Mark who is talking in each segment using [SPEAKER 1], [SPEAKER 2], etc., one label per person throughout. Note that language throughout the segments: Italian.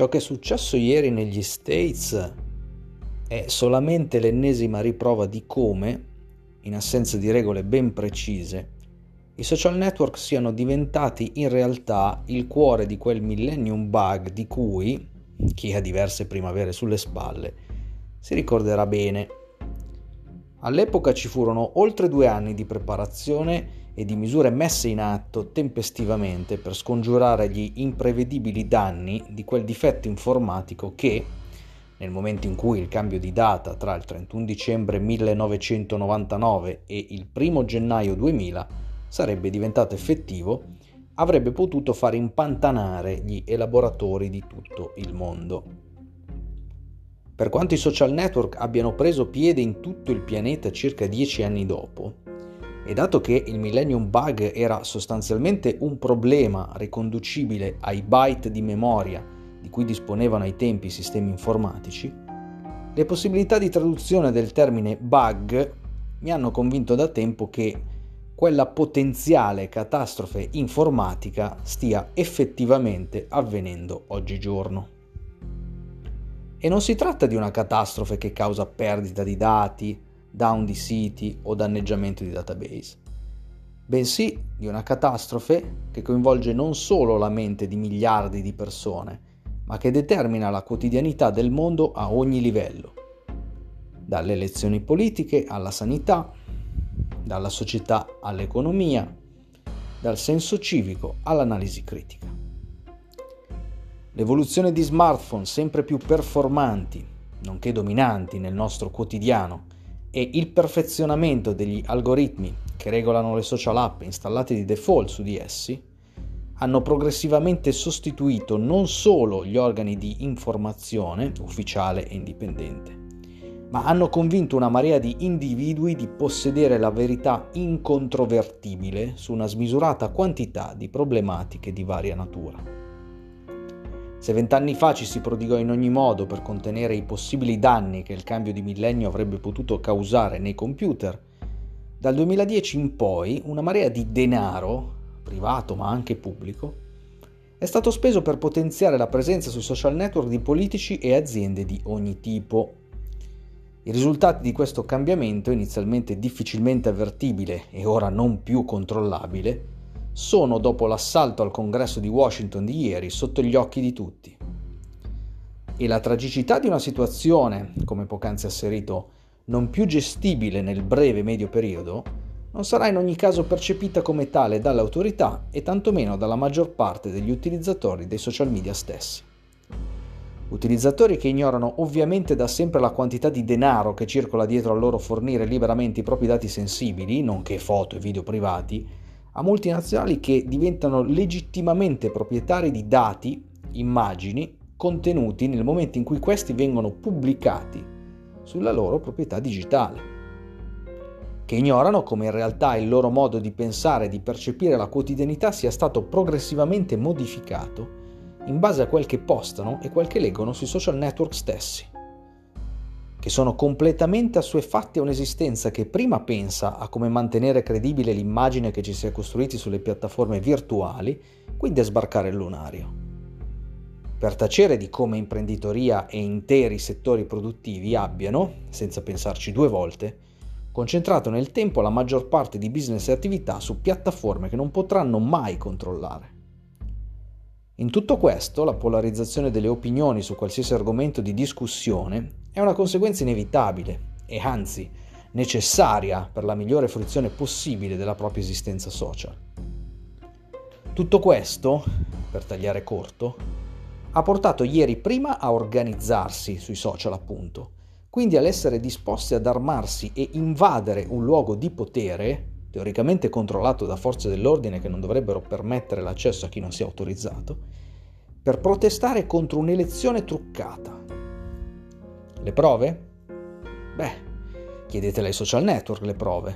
[SPEAKER 1] Ciò che è successo ieri negli States è solamente l'ennesima riprova di come, in assenza di regole ben precise, i social network siano diventati in realtà il cuore di quel millennium bug di cui chi ha diverse primavere sulle spalle si ricorderà bene. All'epoca ci furono oltre 2 anni di preparazione e di misure messe in atto tempestivamente per scongiurare gli imprevedibili danni di quel difetto informatico che, nel momento in cui il cambio di data tra il 31 dicembre 1999 e il 1 gennaio 2000 sarebbe diventato effettivo, avrebbe potuto far impantanare gli elaboratori di tutto il mondo. Per quanto i social network abbiano preso piede in tutto il pianeta circa 10 anni dopo, e dato che il Millennium Bug era sostanzialmente un problema riconducibile ai byte di memoria di cui disponevano ai tempi i sistemi informatici, le possibilità di traduzione del termine bug mi hanno convinto da tempo che quella potenziale catastrofe informatica stia effettivamente avvenendo oggigiorno. E non si tratta di una catastrofe che causa perdita di dati, down di siti o danneggiamento di database, bensì di una catastrofe che coinvolge non solo la mente di miliardi di persone, ma che determina la quotidianità del mondo a ogni livello, dalle elezioni politiche alla sanità, dalla società all'economia, dal senso civico all'analisi critica. L'evoluzione di smartphone sempre più performanti, nonché dominanti nel nostro quotidiano, e il perfezionamento degli algoritmi che regolano le social app installate di default su di essi hanno progressivamente sostituito non solo gli organi di informazione, ufficiale e indipendente, ma hanno convinto una marea di individui di possedere la verità incontrovertibile su una smisurata quantità di problematiche di varia natura. Se 20 anni fa ci si prodigò in ogni modo per contenere i possibili danni che il cambio di millennio avrebbe potuto causare nei computer, dal 2010 in poi una marea di denaro, privato ma anche pubblico, è stato speso per potenziare la presenza sui social network di politici e aziende di ogni tipo. I risultati di questo cambiamento, inizialmente difficilmente avvertibile e ora non più controllabile, sono, dopo l'assalto al congresso di Washington di ieri, sotto gli occhi di tutti. E la tragicità di una situazione, come poc'anzi asserito, non più gestibile nel breve e medio periodo, non sarà in ogni caso percepita come tale dalle autorità e tantomeno dalla maggior parte degli utilizzatori dei social media stessi. Utilizzatori che ignorano ovviamente da sempre la quantità di denaro che circola dietro al loro fornire liberamente i propri dati sensibili, nonché foto e video privati, a multinazionali che diventano legittimamente proprietari di dati, immagini, contenuti nel momento in cui questi vengono pubblicati sulla loro proprietà digitale, che ignorano come in realtà il loro modo di pensare e di percepire la quotidianità sia stato progressivamente modificato in base a quel che postano e quel che leggono sui social network stessi, che sono completamente assuefatti a un'esistenza che prima pensa a come mantenere credibile l'immagine che ci si è costruiti sulle piattaforme virtuali, quindi a sbarcare il lunario. Per tacere di come imprenditoria e interi settori produttivi abbiano, senza pensarci 2 volte, concentrato nel tempo la maggior parte di business e attività su piattaforme che non potranno mai controllare. In tutto questo, la polarizzazione delle opinioni su qualsiasi argomento di discussione è una conseguenza inevitabile e anzi necessaria per la migliore fruizione possibile della propria esistenza social. Tutto questo, per tagliare corto, ha portato ieri prima a organizzarsi sui social appunto, quindi all'essere disposti ad armarsi e invadere un luogo di potere, teoricamente controllato da forze dell'ordine che non dovrebbero permettere l'accesso a chi non sia autorizzato, per protestare contro un'elezione truccata. Le prove? Chiedetele ai social network le prove.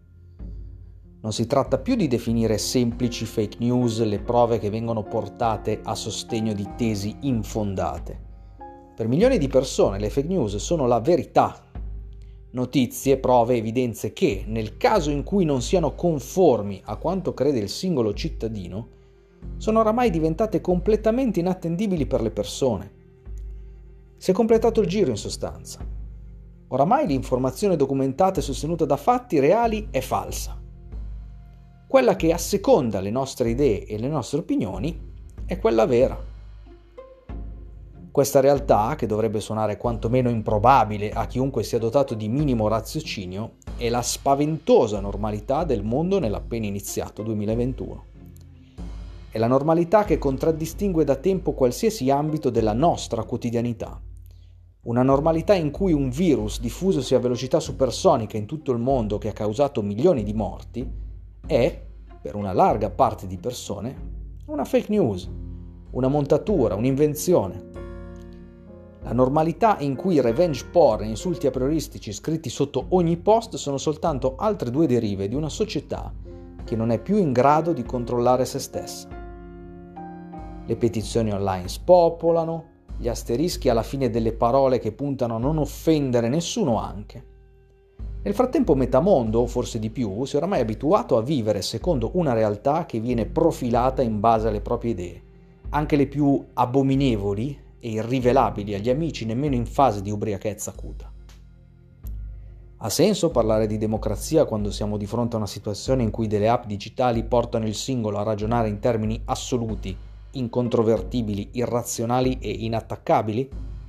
[SPEAKER 1] Non si tratta più di definire semplici fake news le prove che vengono portate a sostegno di tesi infondate. Per milioni di persone le fake news sono la verità. Notizie, prove, evidenze che, nel caso in cui non siano conformi a quanto crede il singolo cittadino, sono oramai diventate completamente inattendibili per le persone. Si è completato il giro in sostanza. Oramai l'informazione documentata e sostenuta da fatti reali è falsa. Quella che asseconda le nostre idee e le nostre opinioni è quella vera. Questa realtà, che dovrebbe suonare quantomeno improbabile a chiunque sia dotato di minimo raziocinio, è la spaventosa normalità del mondo nell'appena iniziato 2021. È la normalità che contraddistingue da tempo qualsiasi ambito della nostra quotidianità. Una normalità in cui un virus diffusosi a velocità supersonica in tutto il mondo che ha causato milioni di morti è, per una larga parte di persone, una fake news, una montatura, un'invenzione. La normalità in cui revenge porn e insulti a prioristici scritti sotto ogni post sono soltanto altre due derive di una società che non è più in grado di controllare se stessa. Le petizioni online spopolano, gli asterischi alla fine delle parole che puntano a non offendere nessuno anche. Nel frattempo metà mondo, o forse di più, si è oramai abituato a vivere secondo una realtà che viene profilata in base alle proprie idee, anche le più abominevoli e irrivelabili agli amici nemmeno in fase di ubriachezza acuta. Ha senso parlare di democrazia quando siamo di fronte a una situazione in cui delle app digitali portano il singolo a ragionare in termini assoluti, incontrovertibili, irrazionali e inattaccabili?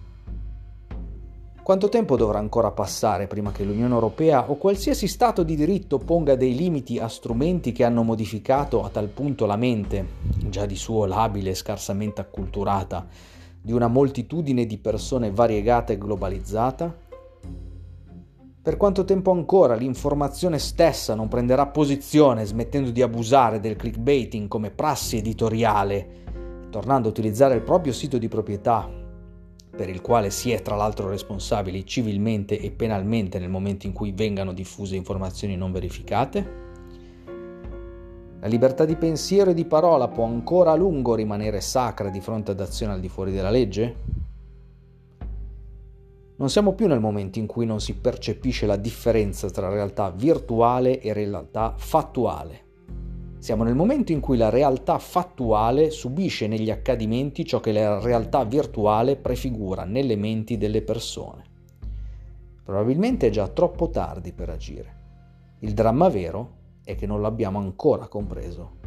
[SPEAKER 1] Quanto tempo dovrà ancora passare prima che l'Unione Europea o qualsiasi Stato di diritto ponga dei limiti a strumenti che hanno modificato a tal punto la mente, già di suo labile e scarsamente acculturata, di una moltitudine di persone variegata e globalizzata? Per quanto tempo ancora l'informazione stessa non prenderà posizione smettendo di abusare del clickbaiting come prassi editoriale, tornando a utilizzare il proprio sito di proprietà, per il quale si è tra l'altro responsabili civilmente e penalmente nel momento in cui vengano diffuse informazioni non verificate? La libertà di pensiero e di parola può ancora a lungo rimanere sacra di fronte ad azioni al di fuori della legge? Non siamo più nel momento in cui non si percepisce la differenza tra realtà virtuale e realtà fattuale. Siamo nel momento in cui la realtà fattuale subisce negli accadimenti ciò che la realtà virtuale prefigura nelle menti delle persone. Probabilmente è già troppo tardi per agire. Il dramma vero è che non l'abbiamo ancora compreso.